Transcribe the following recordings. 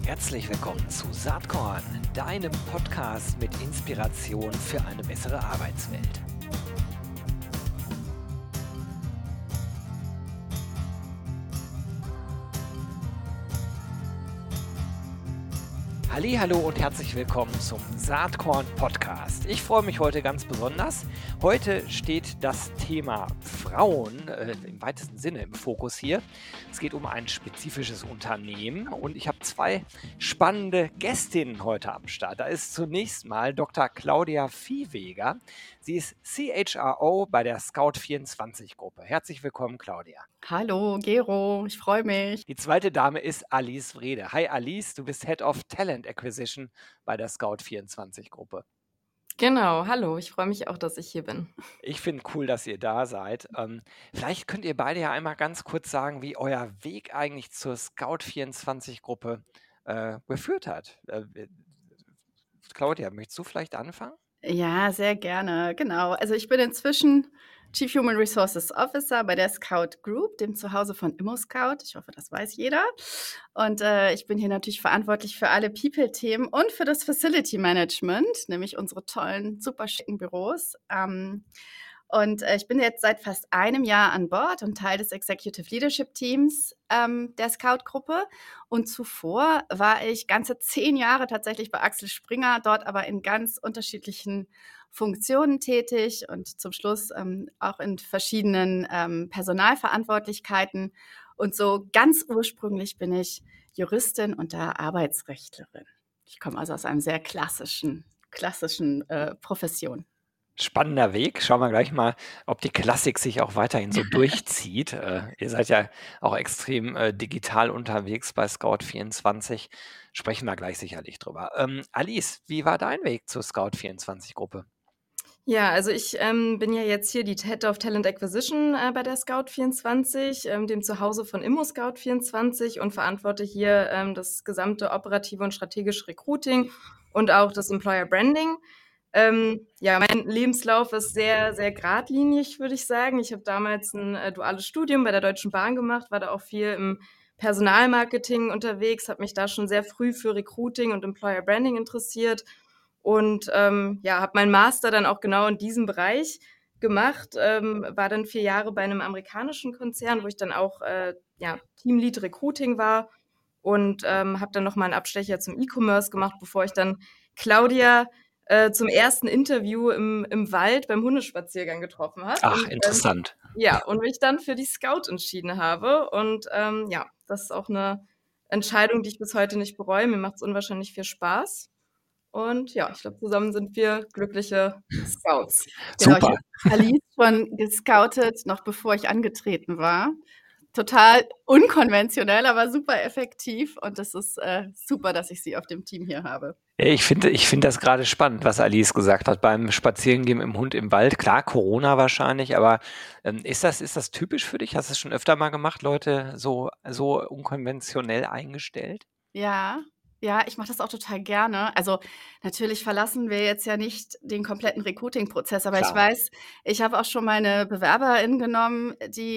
Herzlich willkommen zu Saatkorn, deinem Podcast mit Inspiration für eine bessere Arbeitswelt. Hallihallo und herzlich willkommen zum Saatkorn Podcast. Ich freue mich heute ganz besonders. Heute steht das Thema Frauen im weitesten Sinne im Fokus hier. Es geht um ein spezifisches Unternehmen und ich habe zwei spannende Gästinnen heute am Start. Da ist zunächst mal Dr. Claudia Viehweger. Sie ist CHRO bei der Scout24-Gruppe. Herzlich willkommen, Claudia. Hallo, Gero, ich freue mich. Die zweite Dame ist Alice Wrede. Hi Alice, du bist Head of Talent Acquisition bei der Scout24-Gruppe. Genau, hallo, ich freue mich auch, dass ich hier bin. Ich finde cool, dass ihr da seid. Vielleicht könnt ihr beide ja einmal ganz kurz sagen, wie euer Weg eigentlich zur Scout24-Gruppe geführt hat. Claudia, möchtest du vielleicht anfangen? Ja, sehr gerne, genau. Also ich bin inzwischen Chief Human Resources Officer bei der Scout Group, dem Zuhause von ImmoScout. Ich hoffe, das weiß jeder. Und ich bin hier natürlich verantwortlich für alle People-Themen und für das Facility Management, nämlich unsere tollen, super schicken Büros. Und ich bin jetzt seit fast einem Jahr an Bord und Teil des Executive Leadership Teams der Scout-Gruppe. Und zuvor war ich ganze 10 Jahre tatsächlich bei Axel Springer, dort aber in ganz unterschiedlichen Funktionen tätig und zum Schluss auch in verschiedenen Personalverantwortlichkeiten. Und so ganz ursprünglich bin ich Juristin und da Arbeitsrechtlerin. Ich komme also aus einem sehr klassischen Profession. Spannender Weg. Schauen wir gleich mal, ob die Klassik sich auch weiterhin so durchzieht. Ihr seid ja auch extrem digital unterwegs bei Scout24. Sprechen wir gleich sicherlich drüber. Alice, wie war dein Weg zur Scout24-Gruppe? Ja, also ich bin ja jetzt hier die Head of Talent Acquisition bei der Scout24, dem Zuhause von ImmoScout24 und verantworte hier das gesamte operative und strategische Recruiting und auch das Employer Branding. Ja, mein Lebenslauf ist sehr, sehr geradlinig, würde ich sagen. Ich habe damals ein duales Studium bei der Deutschen Bahn gemacht, war da auch viel im Personalmarketing unterwegs, habe mich da schon sehr früh für Recruiting und Employer Branding interessiert und ja, habe meinen Master dann auch genau in diesem Bereich gemacht, war dann 4 Jahre bei einem amerikanischen Konzern, wo ich dann auch ja, Teamlead Recruiting war und habe dann noch mal einen Abstecher zum E-Commerce gemacht, bevor ich dann Claudia zum ersten Interview im Wald beim Hundespaziergang getroffen habe. Ach, interessant. Ja, und mich dann für die Scout entschieden habe. Und ja, das ist auch eine Entscheidung, die ich bis heute nicht bereue. Mir macht es unwahrscheinlich viel Spaß. Und ja, ich glaube, zusammen sind wir glückliche Scouts. Genau, Super. ich habe Alice schon gescoutet, noch bevor ich angetreten war. Total unkonventionell, aber super effektiv. Und das ist super, dass ich sie auf dem Team hier habe. Ich finde das gerade spannend, was Alice gesagt hat, beim Spazierengehen mit dem Hund im Wald. Klar, Corona wahrscheinlich, aber ist das typisch für dich? Hast du es schon öfter mal gemacht, Leute so unkonventionell eingestellt? Ja, ich mache das auch total gerne. Also natürlich verlassen wir jetzt ja nicht den kompletten Recruiting-Prozess, aber ich Klar. weiß, ich habe auch schon mal 'ne Bewerberin genommen, die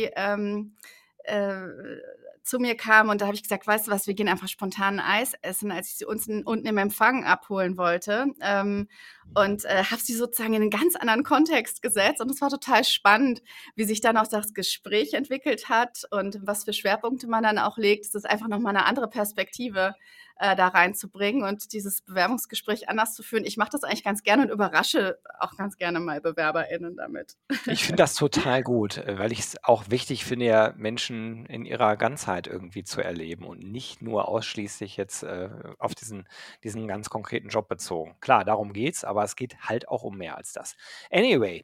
äh, zu mir kam und da habe ich gesagt: „Weißt du was, wir gehen einfach spontan 'n Eis essen“, als ich sie unten im Empfang abholen wollte, und habe sie sozusagen in 'nen ganz anderen Kontext gesetzt und es war total spannend, wie sich dann auch das Gespräch entwickelt hat und was für Schwerpunkte man dann auch legt. Es ist einfach noch mal 'ne andere Perspektive, da reinzubringen und dieses Bewerbungsgespräch anders zu führen. Ich mache das eigentlich ganz gerne und überrasche auch ganz gerne mal BewerberInnen damit. Ich finde das total gut, weil ich es auch wichtig finde, ja, Menschen in ihrer Ganzheit irgendwie zu erleben und nicht nur ausschließlich jetzt auf diesen ganz konkreten Job bezogen. Klar, darum geht's, aber es geht halt auch um mehr als das. Anyway,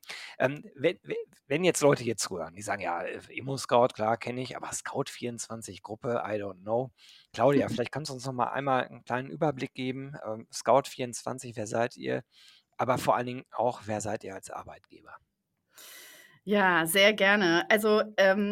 wenn jetzt Leute hier zuhören, die sagen, ja, ImmoScout, klar, kenne ich, aber Scout24-Gruppe, I don't know. Claudia, vielleicht kannst du uns noch mal einmal einen kleinen Überblick geben. Scout24, wer seid ihr? Aber vor allen Dingen auch, wer seid ihr als Arbeitgeber? Ja, sehr gerne. Also,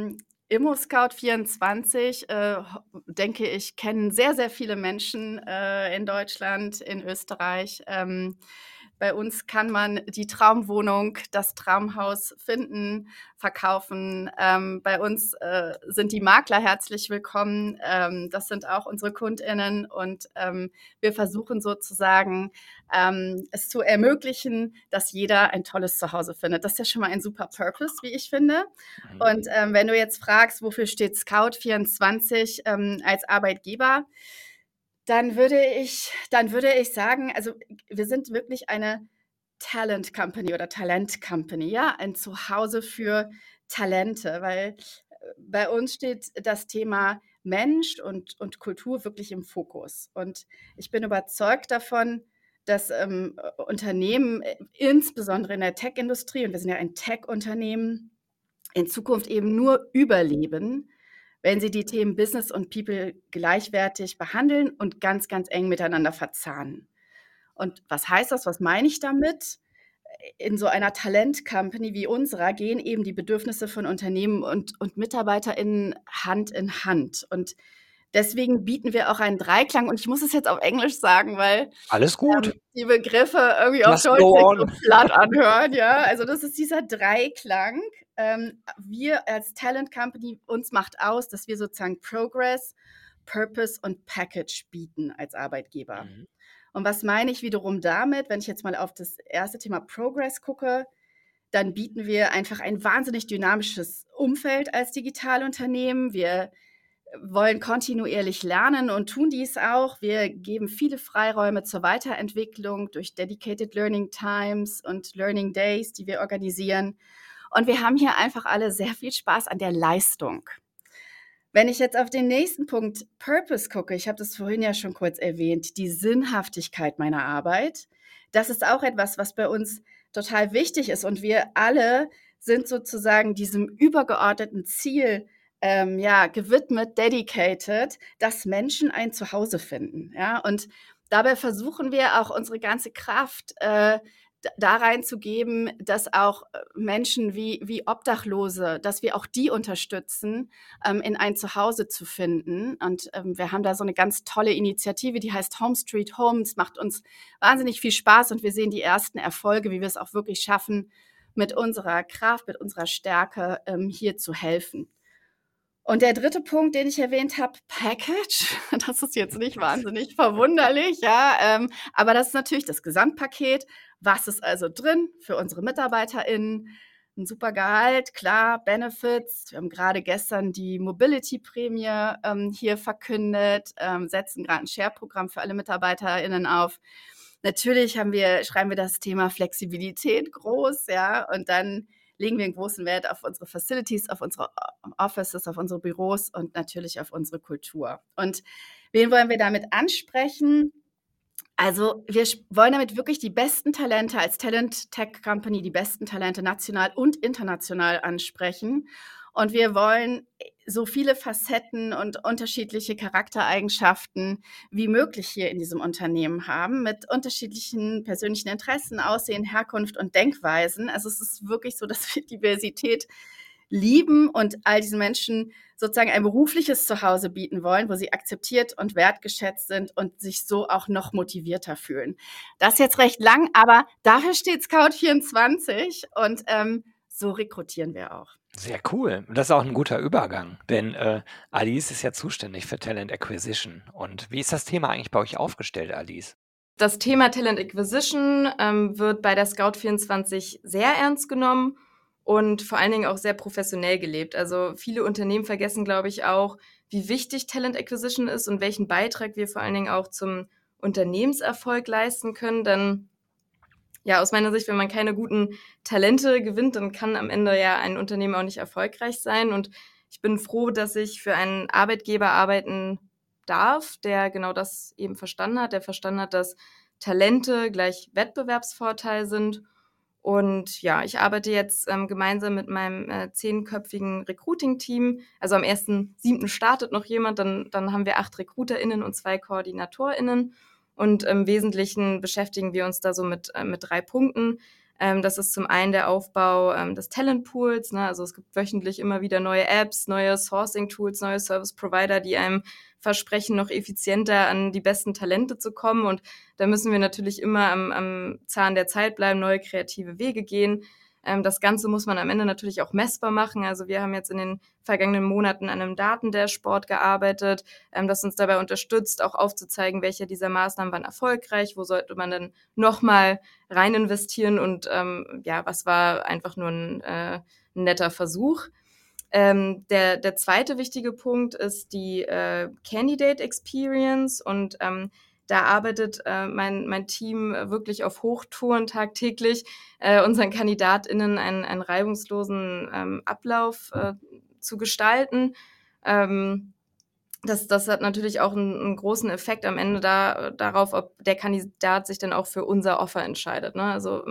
ImmoScout24, denke ich, kennen sehr, sehr viele Menschen in Deutschland, in Österreich. Bei uns kann man die Traumwohnung, das Traumhaus finden, verkaufen. Bei uns sind die Makler herzlich willkommen. Das sind auch unsere KundInnen und wir versuchen sozusagen es zu ermöglichen, dass jeder ein tolles Zuhause findet. Das ist ja schon mal ein super Purpose, wie ich finde. Und wenn du jetzt fragst, wofür steht Scout24 als Arbeitgeber, dann würde ich sagen, also wir sind wirklich eine Talent Company oder Talent Company, ja, ein Zuhause für Talente, weil bei uns steht das Thema Mensch und Kultur wirklich im Fokus. Und ich bin überzeugt davon, dass Unternehmen, insbesondere in der Tech-Industrie, und wir sind ja ein Tech-Unternehmen, in Zukunft eben nur überleben, wenn sie die Themen Business und People gleichwertig behandeln und ganz, ganz eng miteinander verzahnen. Und was heißt das? Was meine ich damit? In so einer Talent-Company wie unserer gehen eben die Bedürfnisse von Unternehmen und MitarbeiterInnen Hand in Hand. Und deswegen bieten wir auch einen Dreiklang. Und ich muss es jetzt auf Englisch sagen, weil Alles gut. die Begriffe irgendwie auf Just Deutsch go sich on. so platt anhören. Ja, also das ist dieser Dreiklang. Wir als Talent Company, uns macht aus, dass wir sozusagen Progress, Purpose und Package bieten als Arbeitgeber. Und was meine ich wiederum damit, wenn ich jetzt mal auf das erste Thema Progress gucke, dann bieten wir einfach ein wahnsinnig dynamisches Umfeld als Digitalunternehmen. Wir wollen kontinuierlich lernen und tun dies auch. Wir geben viele Freiräume zur Weiterentwicklung durch Dedicated Learning Times und Learning Days, die wir organisieren. Und wir haben hier einfach alle sehr viel Spaß an der Leistung. Wenn ich jetzt auf den nächsten Punkt Purpose gucke, ich habe das vorhin ja schon kurz erwähnt, die Sinnhaftigkeit meiner Arbeit, das ist auch etwas, was bei uns total wichtig ist. Und wir alle sind sozusagen diesem übergeordneten Ziel gewidmet, dedicated, dass Menschen ein Zuhause finden. Ja? Und dabei versuchen wir auch unsere ganze Kraft da reinzugeben, dass auch Menschen wie Obdachlose, dass wir auch die unterstützen, in ein Zuhause zu finden. Und wir haben da so eine ganz tolle Initiative, die heißt Home Street Home. Es macht uns wahnsinnig viel Spaß und wir sehen die ersten Erfolge, wie wir es auch wirklich schaffen, mit unserer Kraft, mit unserer Stärke hier zu helfen. Und der dritte Punkt, den ich erwähnt habe, Package. Das ist jetzt nicht wahnsinnig verwunderlich, ja, aber das ist natürlich das Gesamtpaket. Was ist also drin für unsere MitarbeiterInnen? Ein super Gehalt, klar, Benefits. Wir haben gerade gestern die Mobility-Prämie hier verkündet, setzen gerade ein Share-Programm für alle MitarbeiterInnen auf. Natürlich schreiben wir das Thema Flexibilität groß, ja, und dann legen wir einen großen Wert auf unsere Facilities, auf unsere Offices, auf unsere Büros und natürlich auf unsere Kultur. Und wen wollen wir damit ansprechen? Also wir wollen damit wirklich die besten Talente als Talent Tech Company, die besten Talente national und international ansprechen. Und wir wollen so viele Facetten und unterschiedliche Charaktereigenschaften wie möglich hier in diesem Unternehmen haben, mit unterschiedlichen persönlichen Interessen, Aussehen, Herkunft und Denkweisen. Also es ist wirklich so, dass wir Diversität lieben und all diesen Menschen sozusagen ein berufliches Zuhause bieten wollen, wo sie akzeptiert und wertgeschätzt sind und sich so auch noch motivierter fühlen. Das ist jetzt recht lang, aber dafür steht Scout24 und so rekrutieren wir auch. Sehr cool. Und das ist auch ein guter Übergang, denn Alice ist ja zuständig für Talent Acquisition. Und wie ist das Thema eigentlich bei euch aufgestellt, Alice? Das Thema Talent Acquisition wird bei der Scout24 sehr ernst genommen und vor allen Dingen auch sehr professionell gelebt. Also viele Unternehmen vergessen, glaube ich, auch, wie wichtig Talent Acquisition ist und welchen Beitrag wir vor allen Dingen auch zum Unternehmenserfolg leisten können. Denn ja, aus meiner Sicht, wenn man keine guten Talente gewinnt, dann kann am Ende ja ein Unternehmen auch nicht erfolgreich sein. Und ich bin froh, dass ich für einen Arbeitgeber arbeiten darf, der genau das eben verstanden hat, der verstanden hat, dass Talente gleich Wettbewerbsvorteil sind. Und ja, ich arbeite jetzt gemeinsam mit meinem 10-köpfigen Recruiting-Team. Also am 1.7. startet noch jemand, dann haben wir 8 RecruiterInnen und 2 KoordinatorInnen. Und im Wesentlichen beschäftigen wir uns da so mit 3 Punkten. Das ist zum einen der Aufbau des Talentpools, ne? Also es gibt wöchentlich immer wieder neue Apps, neue Sourcing-Tools, neue Service-Provider, die einem versprechen, noch effizienter an die besten Talente zu kommen. Und da müssen wir natürlich immer am Zahn der Zeit bleiben, neue kreative Wege gehen. Das Ganze muss man am Ende natürlich auch messbar machen. Also wir haben jetzt in den vergangenen Monaten an einem Datendashboard gearbeitet, das uns dabei unterstützt, auch aufzuzeigen, welche dieser Maßnahmen waren erfolgreich, wo sollte man dann nochmal rein investieren und was war einfach nur ein netter Versuch. Der zweite wichtige Punkt ist die Candidate Experience und da arbeitet mein Team wirklich auf Hochtouren tagtäglich, unseren KandidatInnen einen reibungslosen Ablauf zu gestalten. Das hat natürlich auch einen großen Effekt am Ende darauf, ob der Kandidat sich dann auch für unser Offer entscheidet. Ne? Also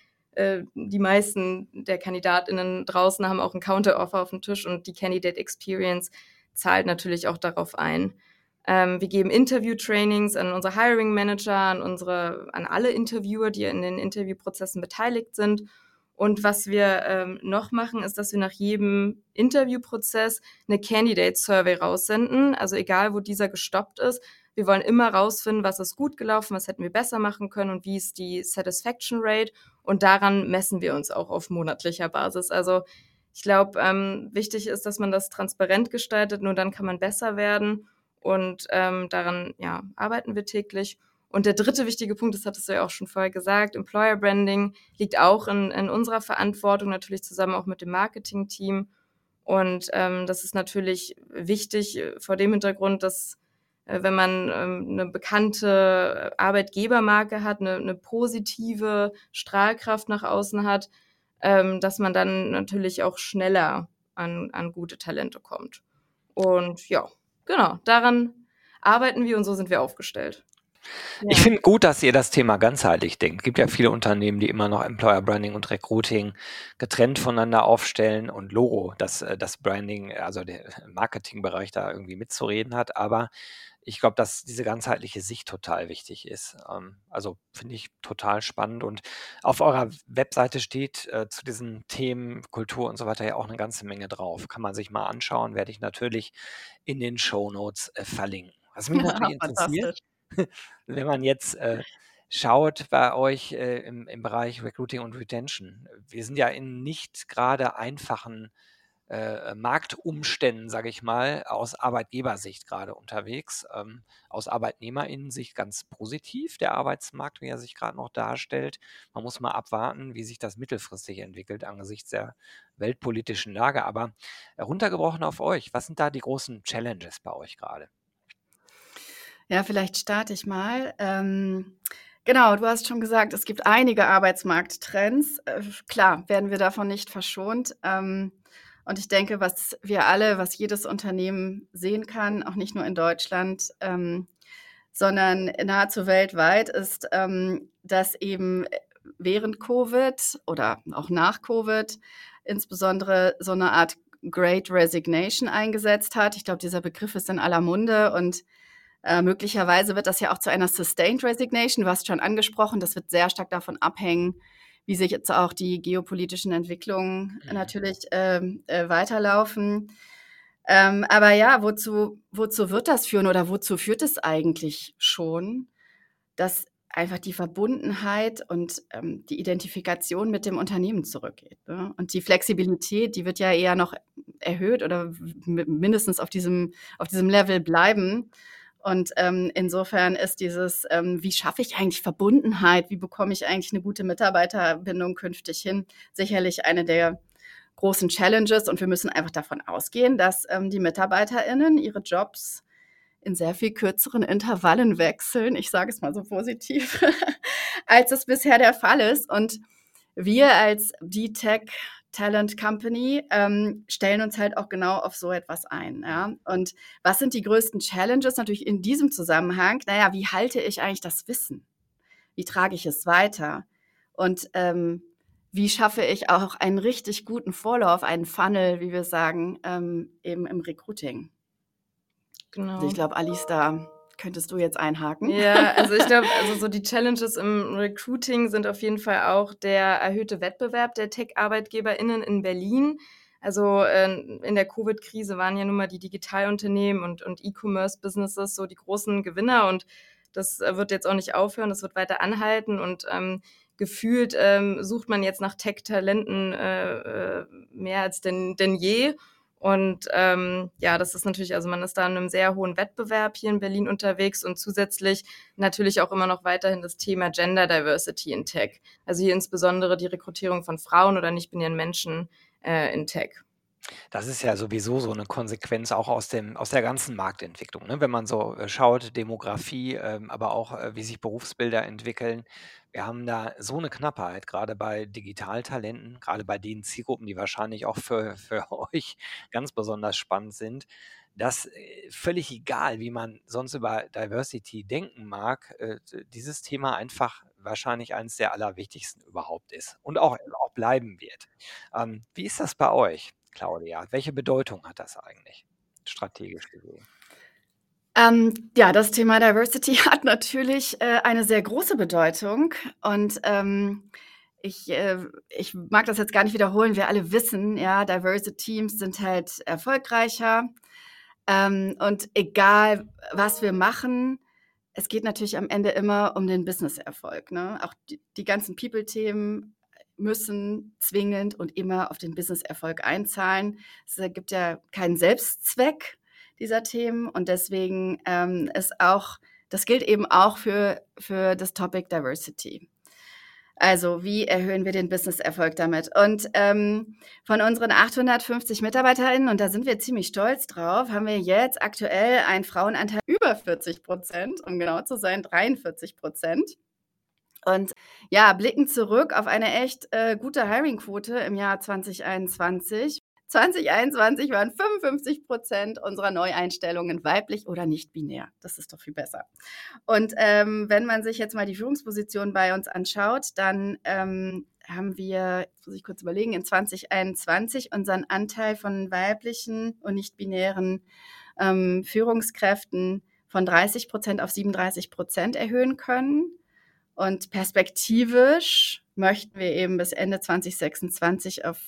die meisten der KandidatInnen draußen haben auch ein Counter-Offer auf dem Tisch und die Candidate Experience zahlt natürlich auch darauf ein. Wir geben Interview-Trainings an unsere Hiring-Manager, an alle Interviewer, die in den Interviewprozessen beteiligt sind. Und was wir noch machen, ist, dass wir nach jedem Interviewprozess eine Candidate-Survey raussenden. Also egal, wo dieser gestoppt ist. Wir wollen immer rausfinden, was ist gut gelaufen, was hätten wir besser machen können und wie ist die Satisfaction Rate. Und daran messen wir uns auch auf monatlicher Basis. Also ich glaube, wichtig ist, dass man das transparent gestaltet. Nur dann kann man besser werden. Und daran arbeiten wir täglich. Und der dritte wichtige Punkt, das hattest du ja auch schon vorher gesagt, Employer Branding liegt auch in unserer Verantwortung, natürlich zusammen auch mit dem Marketing-Team. Und das ist natürlich wichtig vor dem Hintergrund, dass wenn man eine bekannte Arbeitgebermarke hat, eine positive Strahlkraft nach außen hat, dass man dann natürlich auch schneller an gute Talente kommt. Und ja, genau, daran arbeiten wir und so sind wir aufgestellt. Ich finde gut, dass ihr das Thema ganzheitlich denkt. Es gibt ja viele Unternehmen, die immer noch Employer Branding und Recruiting getrennt voneinander aufstellen und Logo, das Branding, also der Marketingbereich da irgendwie mitzureden hat. Aber ich glaube, dass diese ganzheitliche Sicht total wichtig ist. Also finde ich total spannend. Und auf eurer Webseite steht zu diesen Themen Kultur und so weiter ja auch eine ganze Menge drauf. Kann man sich mal anschauen, werde ich natürlich in den Shownotes verlinken. Was mich natürlich interessiert, wenn man jetzt schaut bei euch im Bereich Recruiting und Retention. Wir sind ja in nicht gerade einfachen Marktumständen, sage ich mal, aus Arbeitgebersicht gerade unterwegs. Aus Arbeitnehmerinnensicht ganz positiv, der Arbeitsmarkt, wie er sich gerade noch darstellt. Man muss mal abwarten, wie sich das mittelfristig entwickelt angesichts der weltpolitischen Lage. Aber runtergebrochen auf euch, was sind da die großen Challenges bei euch gerade? Ja, vielleicht starte ich mal. Genau, du hast schon gesagt, es gibt einige Arbeitsmarkttrends. Klar, werden wir davon nicht verschont. Und ich denke, was jedes Unternehmen sehen kann, auch nicht nur in Deutschland, sondern nahezu weltweit, ist, dass eben während Covid oder auch nach Covid insbesondere so eine Art Great Resignation eingesetzt hat. Ich glaube, dieser Begriff ist in aller Munde und möglicherweise wird das ja auch zu einer Sustained Resignation. Du hast schon angesprochen, das wird sehr stark davon abhängen, wie sich jetzt auch die geopolitischen Entwicklungen natürlich weiterlaufen. Aber ja, wozu wird das führen oder wozu führt es eigentlich schon, dass einfach die Verbundenheit und die Identifikation mit dem Unternehmen zurückgeht, ne? Und die Flexibilität, die wird ja eher noch erhöht oder mindestens auf diesem Level bleiben. Und insofern ist dieses, wie schaffe ich eigentlich Verbundenheit, wie bekomme ich eigentlich eine gute Mitarbeiterbindung künftig hin, sicherlich eine der großen Challenges. Und wir müssen einfach davon ausgehen, dass die MitarbeiterInnen ihre Jobs in sehr viel kürzeren Intervallen wechseln, ich sage es mal so positiv, als es bisher der Fall ist. Und wir als die Tech-Talent Company stellen uns halt auch genau auf so etwas ein. Ja? Und was sind die größten Challenges natürlich in diesem Zusammenhang? Naja, wie halte ich eigentlich das Wissen? Wie trage ich es weiter? Und wie schaffe ich auch einen richtig guten Vorlauf, einen Funnel, wie wir sagen, eben im Recruiting? Genau. Also ich glaube, Alice, da könntest du jetzt einhaken? Ja, also ich glaube, also so die Challenges im Recruiting sind auf jeden Fall auch der erhöhte Wettbewerb der Tech-ArbeitgeberInnen in Berlin. Also in der Covid-Krise waren ja nun mal die Digitalunternehmen und E-Commerce-Businesses so die großen Gewinner und das wird jetzt auch nicht aufhören, das wird weiter anhalten und gefühlt sucht man jetzt nach Tech-Talenten mehr als denn je. Und ja, das ist natürlich, also man ist da in einem sehr hohen Wettbewerb hier in Berlin unterwegs und zusätzlich natürlich auch immer noch weiterhin das Thema Gender Diversity in Tech. Also hier insbesondere die Rekrutierung von Frauen oder nicht-binären Menschen in Tech. Das ist ja sowieso so eine Konsequenz auch aus der ganzen Marktentwicklung, ne? Wenn man so, schaut, Demografie, aber auch, wie sich Berufsbilder entwickeln. Wir haben da so eine Knappheit, gerade bei Digitaltalenten, gerade bei den Zielgruppen, die wahrscheinlich auch für euch ganz besonders spannend sind, dass, völlig egal, wie man sonst über Diversity denken mag, dieses Thema einfach wahrscheinlich eines der allerwichtigsten überhaupt ist und auch bleiben wird. Wie ist das bei euch, Claudia? Welche Bedeutung hat das eigentlich strategisch gesehen? Ja, das Thema Diversity hat natürlich eine sehr große Bedeutung. Und ich mag das jetzt gar nicht wiederholen. Wir alle wissen, ja, diverse Teams sind halt erfolgreicher. Und egal, was wir machen, es geht natürlich am Ende immer um den Business-Erfolg. Ne? Auch die ganzen People-Themen müssen zwingend und immer auf den Business-Erfolg einzahlen. Es gibt ja keinen Selbstzweck dieser Themen und deswegen ist auch, das gilt eben auch für das Topic Diversity. Also wie erhöhen wir den Business-Erfolg damit? Und von unseren 850 MitarbeiterInnen, und da sind wir ziemlich stolz drauf, haben wir jetzt aktuell einen Frauenanteil über 40%, um genau zu sein, 43%. Und ja, blicken zurück auf eine echt gute Hiring-Quote im Jahr 2021. 2021 waren 55% unserer Neueinstellungen weiblich oder nicht binär. Das ist doch viel besser. Und wenn man sich jetzt mal die Führungsposition bei uns anschaut, dann haben wir, jetzt muss ich kurz überlegen, in 2021 unseren Anteil von weiblichen und nicht-binären Führungskräften von 30% auf 37% erhöhen können. Und perspektivisch möchten wir eben bis Ende 2026 auf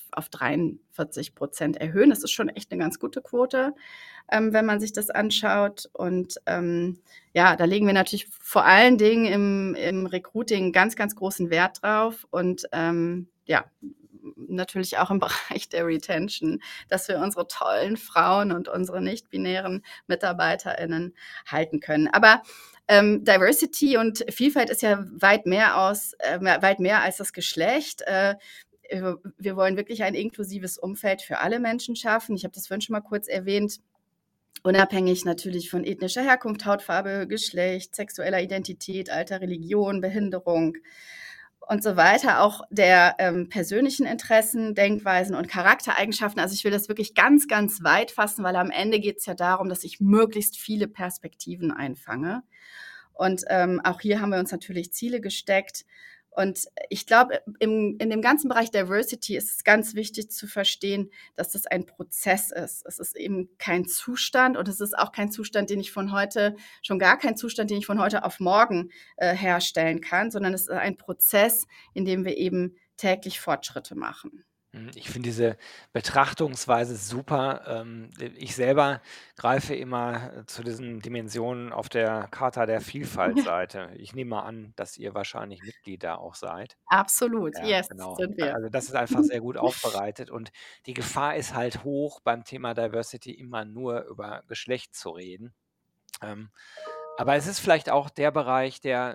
43% erhöhen. Das ist schon echt eine ganz gute Quote, wenn man sich das anschaut. Und ja, da legen wir natürlich vor allen Dingen im Recruiting ganz, ganz großen Wert drauf. Und ja, natürlich auch im Bereich der Retention, dass wir unsere tollen Frauen und unsere nicht-binären MitarbeiterInnen halten können. Aber Diversity und Vielfalt ist ja weit mehr als das Geschlecht. Wir wollen wirklich ein inklusives Umfeld für alle Menschen schaffen. Ich habe das vorhin schon mal kurz erwähnt. Unabhängig natürlich von ethnischer Herkunft, Hautfarbe, Geschlecht, sexueller Identität, Alter, Religion, Behinderung und so weiter, auch der persönlichen Interessen, Denkweisen und Charaktereigenschaften. Also ich will das wirklich ganz, ganz weit fassen, weil am Ende geht es ja darum, dass ich möglichst viele Perspektiven einfange. Und auch hier haben wir uns natürlich Ziele gesteckt. Und ich glaube, in dem ganzen Bereich Diversity ist es ganz wichtig zu verstehen, dass das ein Prozess ist. Es ist eben kein Zustand und es ist auch kein Zustand, schon gar kein Zustand, den ich von heute auf morgen herstellen kann, sondern es ist ein Prozess, in dem wir eben täglich Fortschritte machen. Ich finde diese Betrachtungsweise super. Ich selber greife immer zu diesen Dimensionen auf der Charta der Vielfalt-Seite. Ich nehme mal an, dass ihr wahrscheinlich Mitglied da auch seid. Absolut, Ja, yes, genau. sind wir. Also, das ist einfach sehr gut aufbereitet und die Gefahr ist halt hoch, beim Thema Diversity immer nur über Geschlecht zu reden. Ähm, aber es ist vielleicht auch der Bereich, der,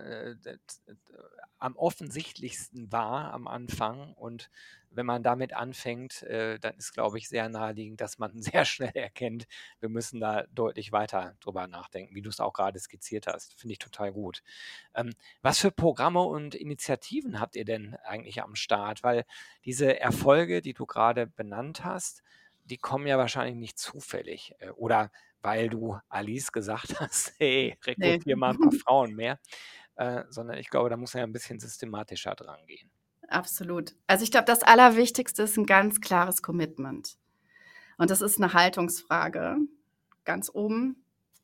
am offensichtlichsten war am Anfang und wenn man damit anfängt, dann ist, glaube ich, sehr naheliegend, dass man sehr schnell erkennt, wir müssen da deutlich weiter drüber nachdenken, wie du es auch gerade skizziert hast. Finde ich total gut. Was für Programme und Initiativen habt ihr denn eigentlich am Start? Weil diese Erfolge, die du gerade benannt hast, die kommen ja wahrscheinlich nicht zufällig, oder weil du Alice gesagt hast: „Hey, Ne. rekrutiere mal ein paar Frauen mehr“, sondern ich glaube, da muss man ja ein bisschen systematischer dran gehen. Absolut. Also ich glaube, das Allerwichtigste ist ein ganz klares Commitment. Und das ist eine Haltungsfrage, ganz oben.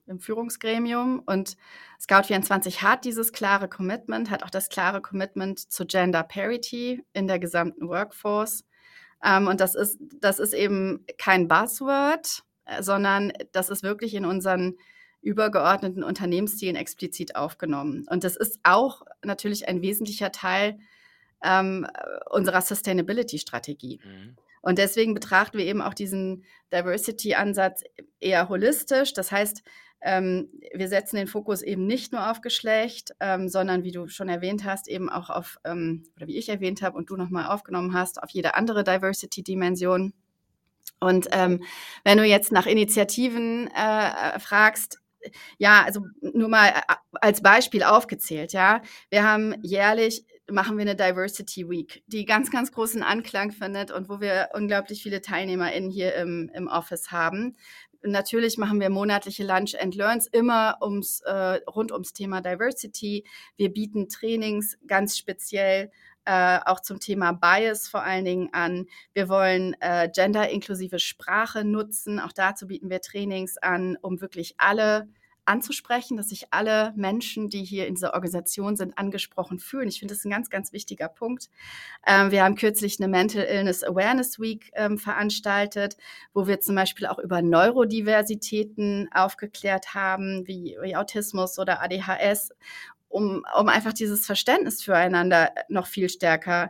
im Führungsgremium. Und Scout24 hat dieses klare Commitment, hat auch das klare Commitment zu Gender Parity in der gesamten Workforce. Und das ist eben kein Buzzword, sondern das ist wirklich in unseren übergeordneten Unternehmenszielen explizit aufgenommen. Und das ist auch natürlich ein wesentlicher Teil unserer Sustainability-Strategie. Mhm. Und deswegen betrachten wir eben auch diesen Diversity-Ansatz eher holistisch. Das heißt, wir setzen den Fokus eben nicht nur auf Geschlecht, sondern wie du schon erwähnt hast, eben auch auf, oder wie ich erwähnt habe und du nochmal aufgenommen hast, auf jede andere Diversity-Dimension. Und wenn du jetzt nach Initiativen fragst, ja, also nur mal als Beispiel aufgezählt, ja. Wir haben machen wir eine Diversity Week, die ganz, ganz großen Anklang findet und wo wir unglaublich viele TeilnehmerInnen hier im Office haben. Natürlich machen wir monatliche Lunch and Learns immer rund ums Thema Diversity. Wir bieten Trainings ganz speziell auch zum Thema Bias vor allen Dingen an. Wir wollen gender-inklusive Sprache nutzen. Auch dazu bieten wir Trainings an, um wirklich alle anzusprechen, dass sich alle Menschen, die hier in dieser Organisation sind, angesprochen fühlen. Ich finde das ein ganz, ganz wichtiger Punkt. Wir haben kürzlich eine Mental Illness Awareness Week veranstaltet, wo wir zum Beispiel auch über Neurodiversitäten aufgeklärt haben, wie Autismus oder ADHS, um einfach dieses Verständnis füreinander noch viel stärker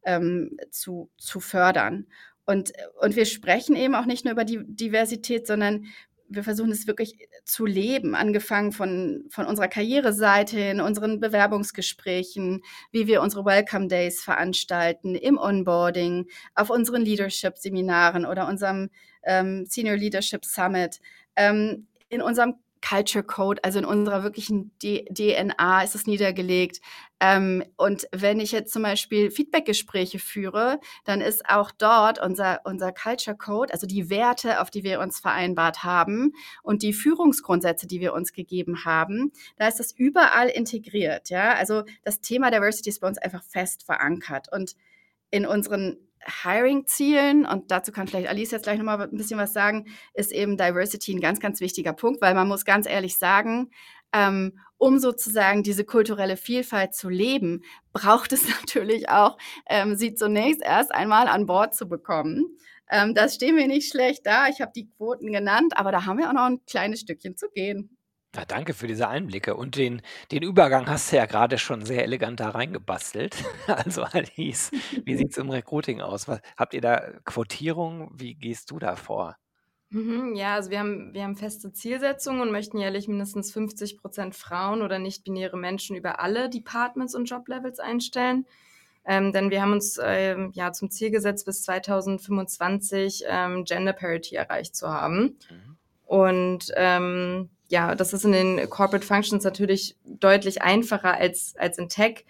zu fördern. Und wir sprechen eben auch nicht nur über die Diversität, sondern wir versuchen es wirklich zu leben, angefangen von unserer Karriereseite in unseren Bewerbungsgesprächen, wie wir unsere Welcome Days veranstalten, im Onboarding, auf unseren Leadership-Seminaren oder unserem Senior Leadership Summit, in unserem Culture Code, also in unserer wirklichen DNA ist es niedergelegt. Und wenn ich jetzt zum Beispiel Feedbackgespräche führe, dann ist auch dort unser Culture Code, also die Werte, auf die wir uns vereinbart haben und die Führungsgrundsätze, die wir uns gegeben haben, da ist das überall integriert. Ja? Also das Thema Diversity ist bei uns einfach fest verankert. Und in unseren Hiring-Zielen, und dazu kann vielleicht Alice jetzt gleich nochmal ein bisschen was sagen, ist eben Diversity ein ganz, ganz wichtiger Punkt, weil man muss ganz ehrlich sagen, um sozusagen diese kulturelle Vielfalt zu leben, braucht es natürlich auch, sie zunächst erst einmal an Bord zu bekommen. Das stehen wir nicht schlecht da. Ich habe die Quoten genannt, aber da haben wir auch noch ein kleines Stückchen zu gehen. Ja, danke für diese Einblicke und den Übergang hast du ja gerade schon sehr elegant da reingebastelt. Also Alice, wie sieht es im Recruiting aus? Habt ihr da Quotierung? Wie gehst du da vor? Ja, also wir haben feste Zielsetzungen und möchten jährlich mindestens 50% Frauen oder nicht-binäre Menschen über alle Departments und Joblevels einstellen. Denn wir haben uns zum Ziel gesetzt, bis 2025 Gender Parity erreicht zu haben. Mhm. Und das ist in den Corporate Functions natürlich deutlich einfacher als in Tech.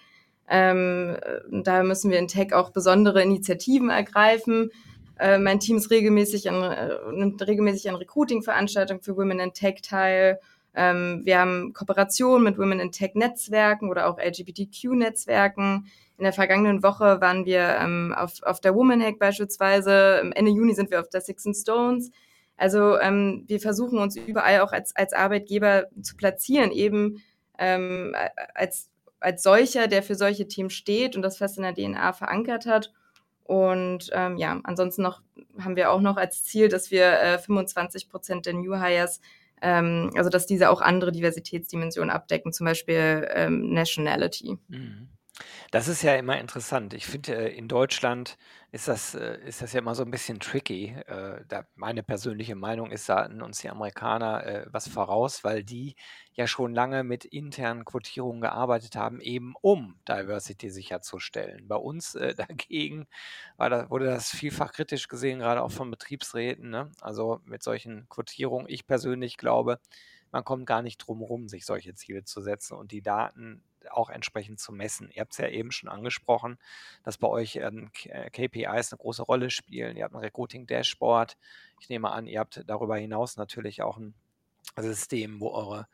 Da müssen wir in Tech auch besondere Initiativen ergreifen. Mein Team ist nimmt regelmäßig an Recruiting-Veranstaltungen für Women in Tech teil. Wir haben Kooperationen mit Women in Tech-Netzwerken oder auch LGBTQ-Netzwerken. In der vergangenen Woche waren wir auf der Woman Hack beispielsweise. Ende Juni sind wir auf der Six and Stones. Also wir versuchen uns überall auch als Arbeitgeber zu platzieren, eben als solcher, der für solche Themen steht und das fest in der DNA verankert hat. Und ansonsten haben wir auch noch als Ziel, dass wir 25% der New Hires, also dass diese auch andere Diversitätsdimensionen abdecken, zum Beispiel Nationality. Mhm. Das ist ja immer interessant. Ich finde, in Deutschland ist das ja immer so ein bisschen tricky. Meine persönliche Meinung ist, da hatten uns die Amerikaner was voraus, weil die ja schon lange mit internen Quotierungen gearbeitet haben, eben um Diversity sicherzustellen. Bei uns dagegen wurde das vielfach kritisch gesehen, gerade auch von Betriebsräten, ne? Also mit solchen Quotierungen. Ich persönlich glaube, man kommt gar nicht drum rum, sich solche Ziele zu setzen und die Daten auch entsprechend zu messen. Ihr habt es ja eben schon angesprochen, dass bei euch KPIs eine große Rolle spielen. Ihr habt ein Recruiting-Dashboard. Ich nehme an, ihr habt darüber hinaus natürlich auch ein System, wo eure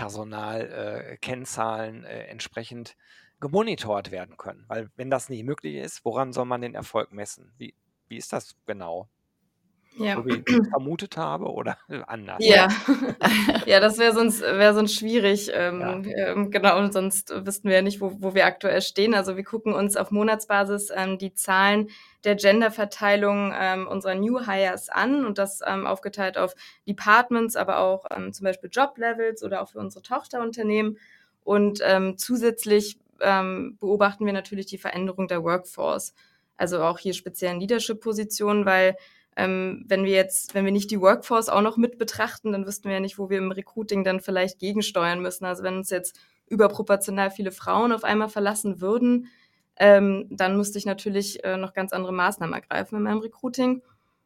Personalkennzahlen entsprechend gemonitort werden können. Weil wenn das nicht möglich ist, woran soll man den Erfolg messen? Wie ist das genau? Ja. so wie ich es vermutet habe, oder anders? Ja. Ja, das wäre sonst schwierig. Ja. Genau, und sonst wüssten wir ja nicht, wo wir aktuell stehen. Also wir gucken uns auf Monatsbasis die Zahlen der Genderverteilung unserer New Hires an und das aufgeteilt auf Departments, aber auch zum Beispiel Joblevels oder auch für unsere Tochterunternehmen. Und zusätzlich beobachten wir natürlich die Veränderung der Workforce. Also auch hier speziell in Leadership-Positionen, weil wenn wir nicht die Workforce auch noch mit betrachten, dann wüssten wir ja nicht, wo wir im Recruiting dann vielleicht gegensteuern müssen. Also wenn uns jetzt überproportional viele Frauen auf einmal verlassen würden, dann müsste ich natürlich noch ganz andere Maßnahmen ergreifen in meinem Recruiting.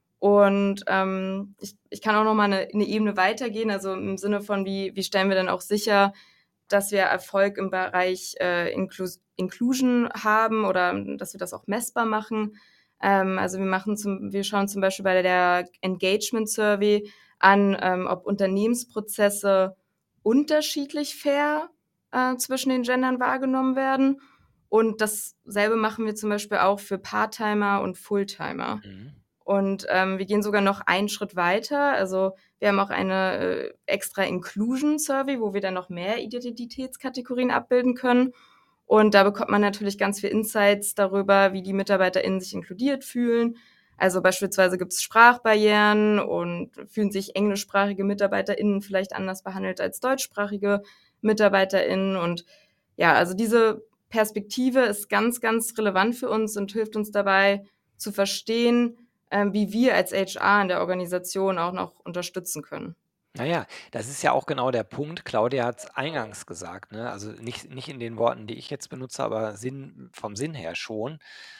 Und ich kann auch noch mal eine Ebene weitergehen, also im Sinne von, wie stellen wir dann auch sicher, dass wir Erfolg im Bereich Inclusion haben oder dass wir das auch messbar machen. Also wir schauen zum Beispiel bei der Engagement Survey an, ob Unternehmensprozesse unterschiedlich fair zwischen den Gendern wahrgenommen werden. Und dasselbe machen wir zum Beispiel auch für Part-Timer und Fulltimer. Mhm. Und wir gehen sogar noch einen Schritt weiter. Also wir haben auch eine extra Inclusion Survey, wo wir dann noch mehr Identitätskategorien abbilden können. Und da bekommt man natürlich ganz viel Insights darüber, wie die MitarbeiterInnen sich inkludiert fühlen. Also beispielsweise gibt es Sprachbarrieren und fühlen sich englischsprachige MitarbeiterInnen vielleicht anders behandelt als deutschsprachige MitarbeiterInnen. Und ja, also diese Perspektive ist ganz, ganz relevant für uns und hilft uns dabei zu verstehen, wie wir als HR in der Organisation auch noch unterstützen können. Naja, das ist ja auch genau der Punkt. Claudia hat es eingangs gesagt, ne? Also nicht in den Worten, die ich jetzt benutze, aber vom Sinn her schon.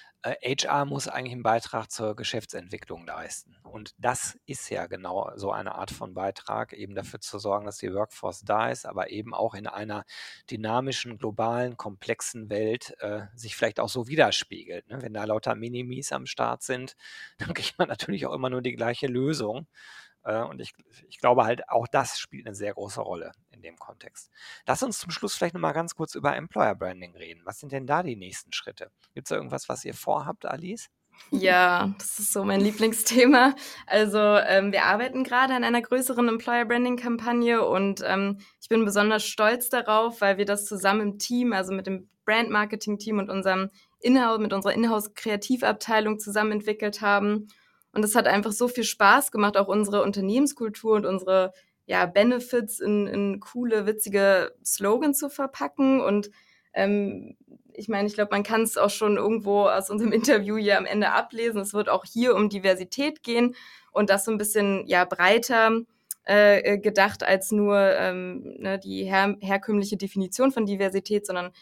HR muss eigentlich einen Beitrag zur Geschäftsentwicklung leisten. Und das ist ja genau so eine Art von Beitrag, eben dafür zu sorgen, dass die Workforce da ist, aber eben auch in einer dynamischen, globalen, komplexen Welt sich vielleicht auch so widerspiegelt. Ne? Wenn da lauter Minimis am Start sind, dann kriegt man natürlich auch immer nur die gleiche Lösung. Und ich glaube halt, auch das spielt eine sehr große Rolle in dem Kontext. Lass uns zum Schluss vielleicht noch mal ganz kurz über Employer Branding reden. Was sind denn da die nächsten Schritte? Gibt es da irgendwas, was ihr vorhabt, Alice? Ja, das ist so mein Lieblingsthema. Also wir arbeiten gerade an einer größeren Employer Branding Kampagne und ich bin besonders stolz darauf, weil wir das zusammen im Team, also mit dem Brand Marketing Team und mit unserer Inhouse Kreativabteilung zusammen entwickelt haben. Und es hat einfach so viel Spaß gemacht, auch unsere Unternehmenskultur und unsere Benefits in coole, witzige Slogans zu verpacken. Und ich meine, ich glaube, man kann es auch schon irgendwo aus unserem Interview hier am Ende ablesen. Es wird auch hier um Diversität gehen und das so ein bisschen breiter gedacht als nur die herkömmliche Definition von Diversität, sondern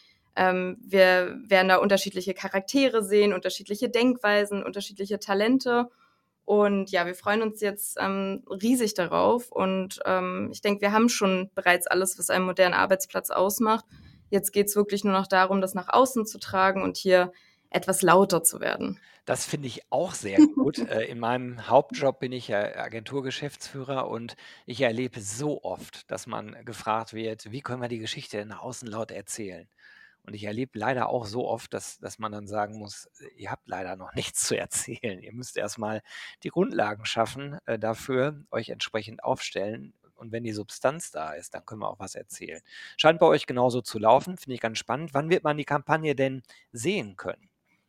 wir werden da unterschiedliche Charaktere sehen, unterschiedliche Denkweisen, unterschiedliche Talente. Und ja, wir freuen uns jetzt riesig darauf. Und ich denke, wir haben schon bereits alles, was einen modernen Arbeitsplatz ausmacht. Jetzt geht es wirklich nur noch darum, das nach außen zu tragen und hier etwas lauter zu werden. Das finde ich auch sehr gut. In meinem Hauptjob bin ich ja Agenturgeschäftsführer und ich erlebe so oft, dass man gefragt wird, wie können wir die Geschichte denn nach außen laut erzählen? Und ich erlebe leider auch so oft, dass man dann sagen muss, ihr habt leider noch nichts zu erzählen. Ihr müsst erstmal die Grundlagen schaffen dafür, euch entsprechend aufstellen. Und wenn die Substanz da ist, dann können wir auch was erzählen. Scheint bei euch genauso zu laufen, finde ich ganz spannend. Wann wird man die Kampagne denn sehen können?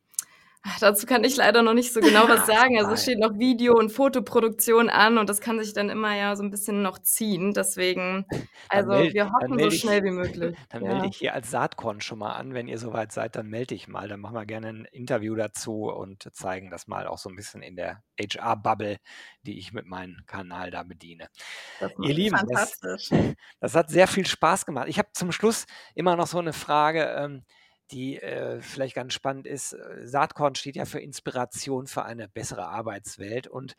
Dazu kann ich leider noch nicht so genau was sagen. Also es Schade. steht noch Video und Fotoproduktion an und das kann sich dann immer ja so ein bisschen noch ziehen. Deswegen, Dann also melde wir dann hoffen so melde ich schnell wie möglich. dann melde Ja. ich hier als Saatkorn schon mal an. Wenn ihr soweit seid, dann melde dich mal. Dann machen wir gerne ein Interview dazu und zeigen das mal auch so ein bisschen in der HR-Bubble, die ich mit meinem Kanal da bediene. Das Ihr macht Lieben, das Fantastisch. das hat sehr viel Spaß gemacht. Ich habe zum Schluss immer noch so eine Frage, die, vielleicht ganz spannend ist. Saatkorn steht ja für Inspiration für eine bessere Arbeitswelt und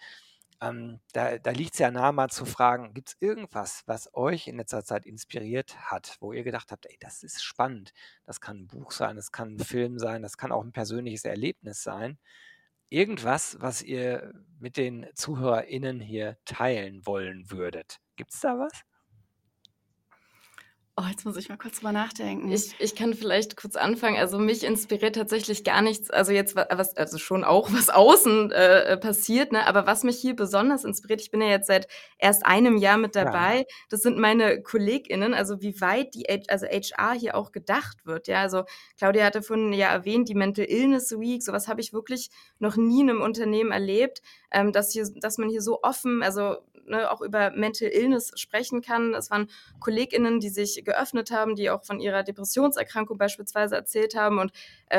da liegt es ja nahe, mal zu fragen, gibt es irgendwas, was euch in letzter Zeit inspiriert hat, wo ihr gedacht habt, ey, das ist spannend. Das kann ein Buch sein, das kann ein Film sein, das kann auch ein persönliches Erlebnis sein. Irgendwas, was ihr mit den ZuhörerInnen hier teilen wollen würdet. Gibt es da was? Oh, jetzt muss ich mal kurz drüber nachdenken. Ich kann vielleicht kurz anfangen. Also mich inspiriert tatsächlich gar nichts, also jetzt also schon auch, was außen passiert, ne? Aber was mich hier besonders inspiriert, ich bin ja jetzt seit erst einem Jahr mit Ja. dabei, das sind meine KollegInnen, also wie weit also HR hier auch gedacht wird. Ja, also Claudia hatte vorhin ja erwähnt, die Mental Illness Week, sowas habe ich wirklich noch nie in einem Unternehmen erlebt, dass man hier so offen, also auch über Mental Illness sprechen kann. Es waren KollegInnen, die sich geöffnet haben, die auch von ihrer Depressionserkrankung beispielsweise erzählt haben und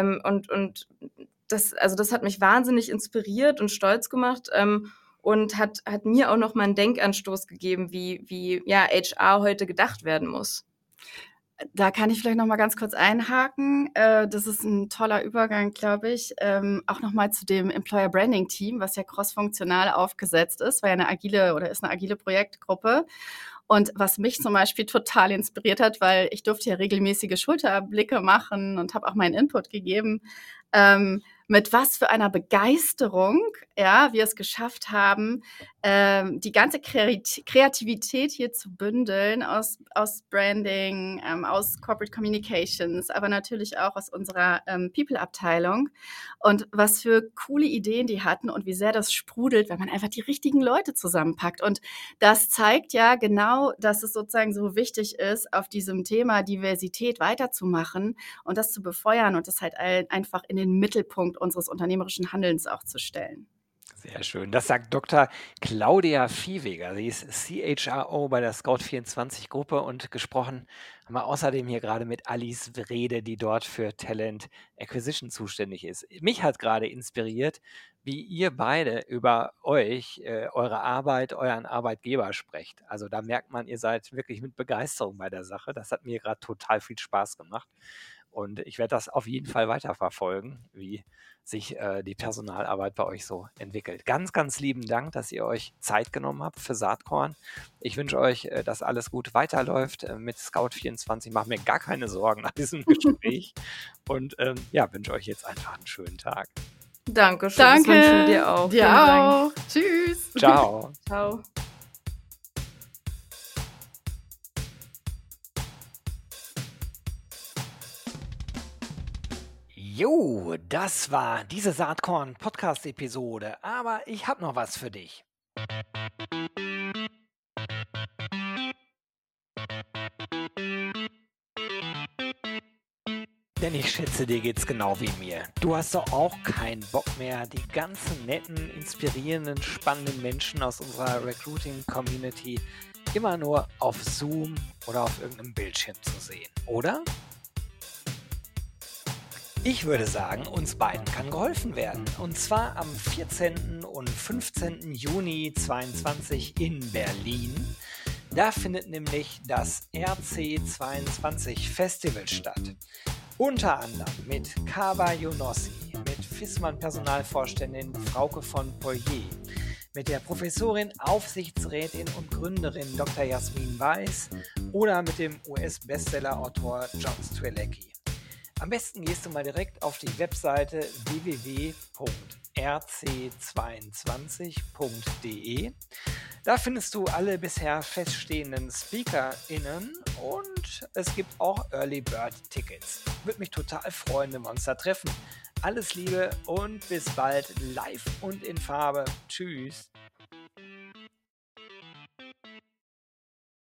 das hat mich wahnsinnig inspiriert und stolz gemacht und hat mir auch noch mal einen Denkanstoß gegeben, wie HR heute gedacht werden muss. Da kann ich vielleicht noch mal ganz kurz einhaken. Das ist ein toller Übergang, glaube ich, auch noch mal zu dem Employer Branding Team, was ja crossfunktional aufgesetzt ist, war ja eine agile Projektgruppe. Und was mich zum Beispiel total inspiriert hat, weil ich durfte ja regelmäßige Schulterblicke machen und habe auch meinen Input gegeben, mit was für einer Begeisterung, ja, wir es geschafft haben, die ganze Kreativität hier zu bündeln aus Branding, aus Corporate Communications, aber natürlich auch aus unserer People-Abteilung. Und was für coole Ideen die hatten und wie sehr das sprudelt, wenn man einfach die richtigen Leute zusammenpackt. Und das zeigt ja genau, dass es sozusagen so wichtig ist, auf diesem Thema Diversität weiterzumachen und das zu befeuern und das halt einfach in den Mittelpunkt unseres unternehmerischen Handelns auch zu stellen. Sehr schön. Das sagt Dr. Claudia Viehweger. Sie ist CHRO bei der Scout24-Gruppe und gesprochen haben wir außerdem hier gerade mit Alice Wrede, die dort für Talent Acquisition zuständig ist. Mich hat gerade inspiriert, wie ihr beide über euch, eure Arbeit, euren Arbeitgeber sprecht. Also da merkt man, ihr seid wirklich mit Begeisterung bei der Sache. Das hat mir gerade total viel Spaß gemacht. Und ich werde das auf jeden Fall weiterverfolgen, wie sich die Personalarbeit bei euch so entwickelt. Ganz, ganz lieben Dank, dass ihr euch Zeit genommen habt für Saatkorn. Ich wünsche euch, dass alles gut weiterläuft mit Scout24. Macht mir gar keine Sorgen nach diesem Gespräch und wünsche euch jetzt einfach einen schönen Tag. Dankeschön. Danke. Das wünschen wir dir auch. Dir auch. Tschüss. Ciao. Ciao. Jo, das war diese Saatkorn-Podcast-Episode, aber ich habe noch was für dich. Denn ich schätze, dir geht's genau wie mir. Du hast doch auch keinen Bock mehr, die ganzen netten, inspirierenden, spannenden Menschen aus unserer Recruiting-Community immer nur auf Zoom oder auf irgendeinem Bildschirm zu sehen, oder? Ich würde sagen, uns beiden kann geholfen werden. Und zwar am 14. und 15. Juni 2022 in Berlin. Da findet nämlich das RC22 Festival statt. Unter anderem mit Kawa Younossi, mit Fissmann Personalvorständin Frauke von Poirier, mit der Professorin, Aufsichtsrätin und Gründerin Dr. Jasmin Weiß oder mit dem US-Bestseller-Autor John Strzelecki. Am besten gehst du mal direkt auf die Webseite www.rc22.de. Da findest du alle bisher feststehenden SpeakerInnen und es gibt auch Early Bird Tickets. Würde mich total freuen, wenn wir uns da treffen. Alles Liebe und bis bald live und in Farbe. Tschüss.